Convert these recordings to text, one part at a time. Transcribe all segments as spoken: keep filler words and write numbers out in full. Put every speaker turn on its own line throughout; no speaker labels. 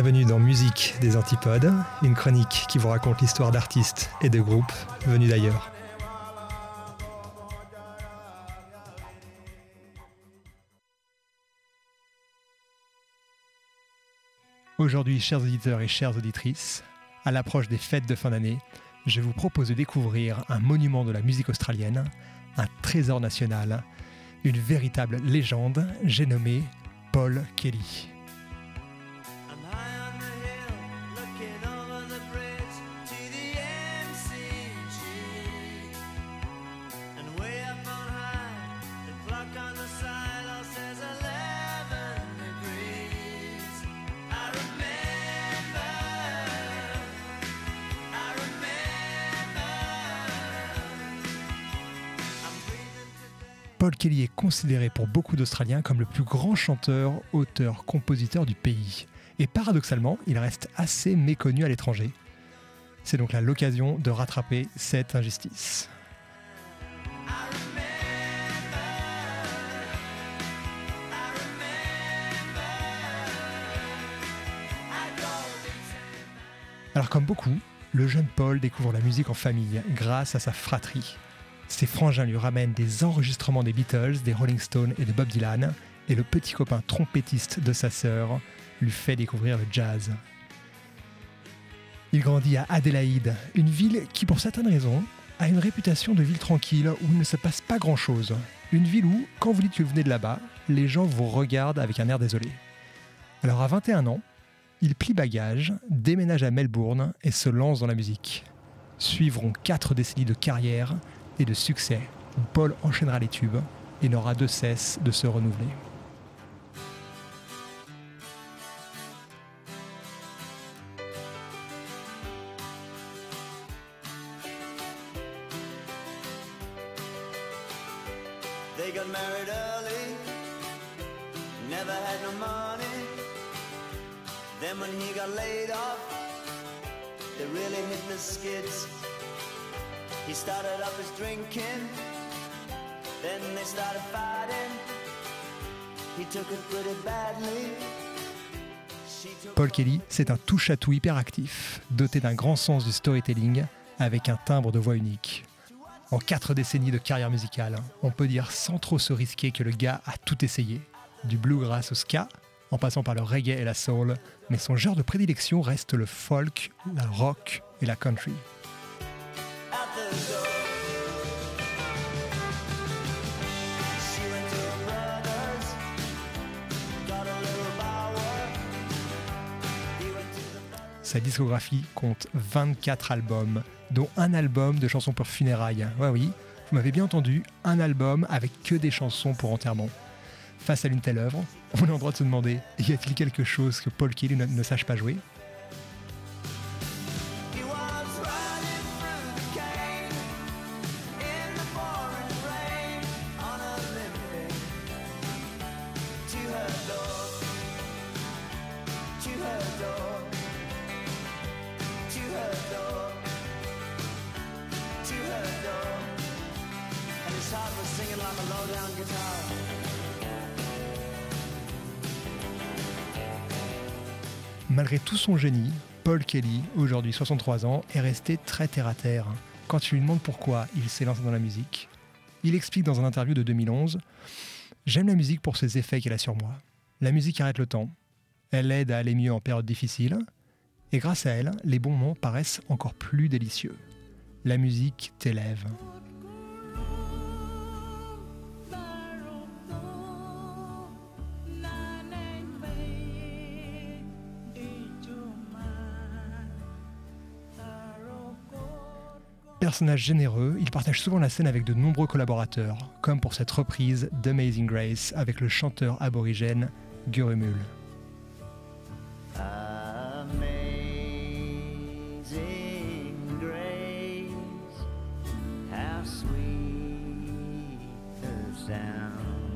Bienvenue dans Musique des Antipodes, une chronique qui vous raconte l'histoire d'artistes et de groupes venus d'ailleurs. Aujourd'hui, chers auditeurs et chères auditrices, à l'approche des fêtes de fin d'année, je vous propose de découvrir un monument de la musique australienne, un trésor national, une véritable légende, j'ai nommé Paul Kelly. Paul Kelly est considéré pour beaucoup d'Australiens comme le plus grand chanteur, auteur, compositeur du pays. Et paradoxalement, il reste assez méconnu à l'étranger. C'est donc là l'occasion de rattraper cette injustice. Alors comme beaucoup, le jeune Paul découvre la musique en famille grâce à sa fratrie. Ses frangins lui ramènent des enregistrements des Beatles, des Rolling Stones et de Bob Dylan, et le petit copain trompettiste de sa sœur lui fait découvrir le jazz. Il grandit à Adélaïde, une ville qui, pour certaines raisons, a une réputation de ville tranquille où il ne se passe pas grand-chose. Une ville où, quand vous dites que vous venez de là-bas, les gens vous regardent avec un air désolé. Alors à vingt et un ans, il plie bagage, déménage à Melbourne et se lance dans la musique. Suivront quatre décennies de carrière et de succès, où Paul enchaînera les tubes et n'aura de cesse de se renouveler.
They got married early, never had no money. Then when he got laid off, they really hit the skids. He started up his drinking, then they started fighting. He took it pretty badly.
Paul Kelly, c'est un touche-à-tout hyperactif, doté d'un grand sens du storytelling, avec un timbre de voix unique. En quatre décennies de carrière musicale, on peut dire sans trop se risquer que le gars a tout essayé. Du bluegrass au ska, en passant par le reggae et la soul, mais son genre de prédilection reste le folk, la rock et la country. Sa discographie compte vingt-quatre albums, dont un album de chansons pour funérailles. Ouais oui, vous m'avez bien entendu, un album avec que des chansons pour enterrement. Face à l'une telle œuvre, on a le droit de se demander, y a-t-il quelque chose que Paul Kelly ne, ne sache pas jouer ? Malgré tout son génie, Paul Kelly, aujourd'hui soixante-trois ans, est resté très terre-à-terre. Quand tu lui demandes pourquoi il s'est lancé dans la musique, il explique dans un interview de deux mille onze « J'aime la musique pour ses effets qu'elle a sur moi. La musique arrête le temps. Elle aide à aller mieux en période difficile. Et grâce à elle, les bons moments paraissent encore plus délicieux. La musique t'élève. » Personnage généreux, il partage souvent la scène avec de nombreux collaborateurs, comme pour cette reprise d'Amazing Grace avec le chanteur aborigène Gurrumul.
Amazing grace, how sweet the sound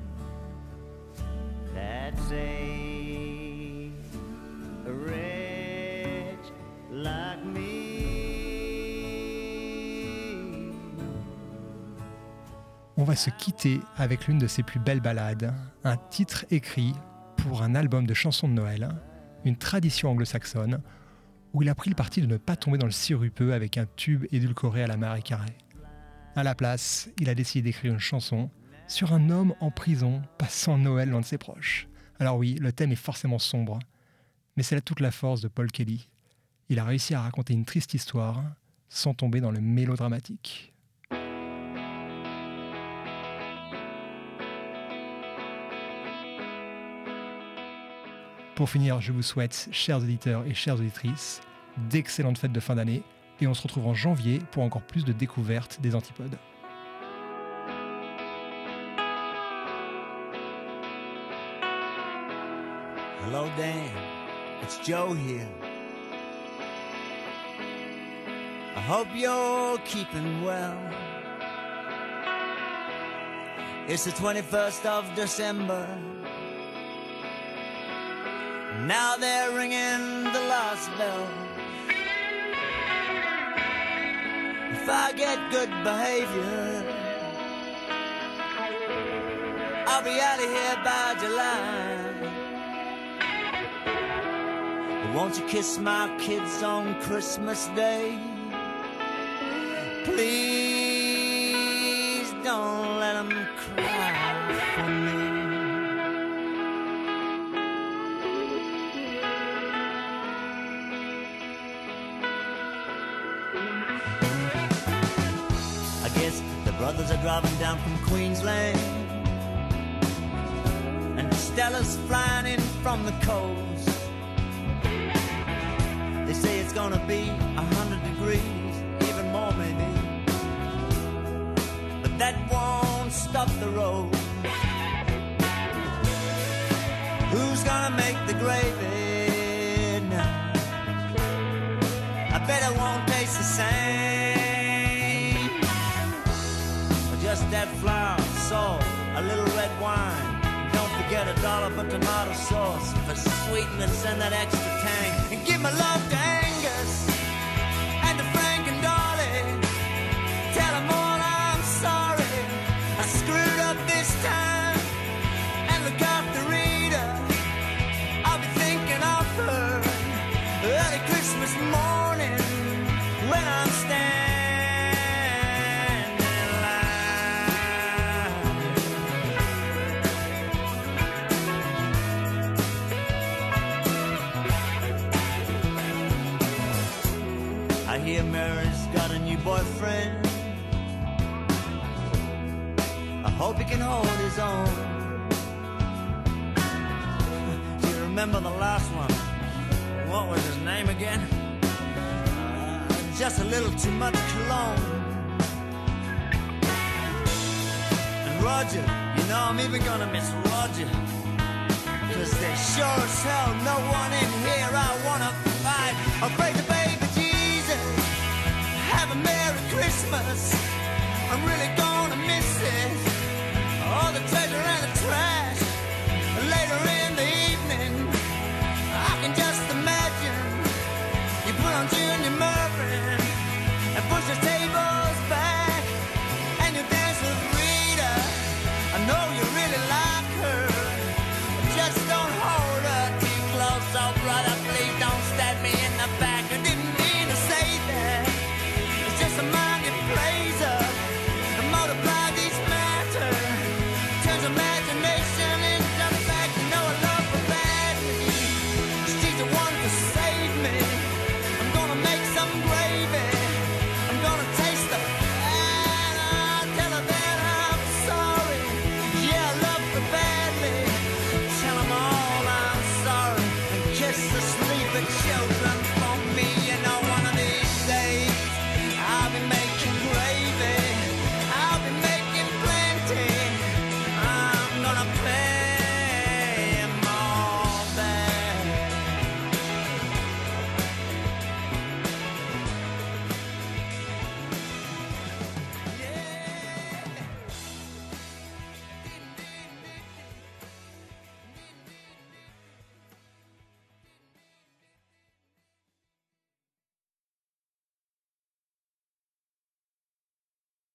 that saved a wretch like me.
On va se quitter avec l'une de ses plus belles ballades, un titre écrit pour un album de chansons de Noël, une tradition anglo-saxonne où il a pris le parti de ne pas tomber dans le sirupeux avec un tube édulcoré à la Mariah Carey. À la place, il a décidé d'écrire une chanson sur un homme en prison passant Noël loin de ses proches. Alors oui, le thème est forcément sombre, mais c'est là toute la force de Paul Kelly. Il a réussi à raconter une triste histoire sans tomber dans le mélodramatique. Pour finir, je vous souhaite, chers auditeurs et chères auditrices, d'excellentes fêtes de fin d'année et on se retrouve en janvier pour encore plus de découvertes des antipodes.
Hello Dan, it's Joe here. I hope you're keeping well. It's the twenty-first of December. Now they're ringing the last bell. If I get good behavior, I'll be out of here by July. Won't you kiss my kids on Christmas Day? Please don't let them cry for me. I guess the brothers are driving down from Queensland, and Stella's flying in from the coast. They say it's gonna be a hundred degrees, even more maybe. But that won't stop the road. Who's gonna make the gravy now? I bet it won't taste the same. Just that flour, salt, a little red wine. Don't forget a dollar for tomato sauce for sweetness and that extra tang. And give my love to Angus and to Frank and Dolly. Tell them all I'm sorry. I screwed up this time. And look after Rita. I'll be thinking of her early Christmas morning when I'm standing. I hear Mary's got a new boyfriend. I hope he can hold his own. Do you remember the last one? What was his name again? Uh, just a little too much cologne. And Roger, you know I'm even gonna miss Roger. Cause there's sure as hell no one in here I wanna fight. I'll break the baby.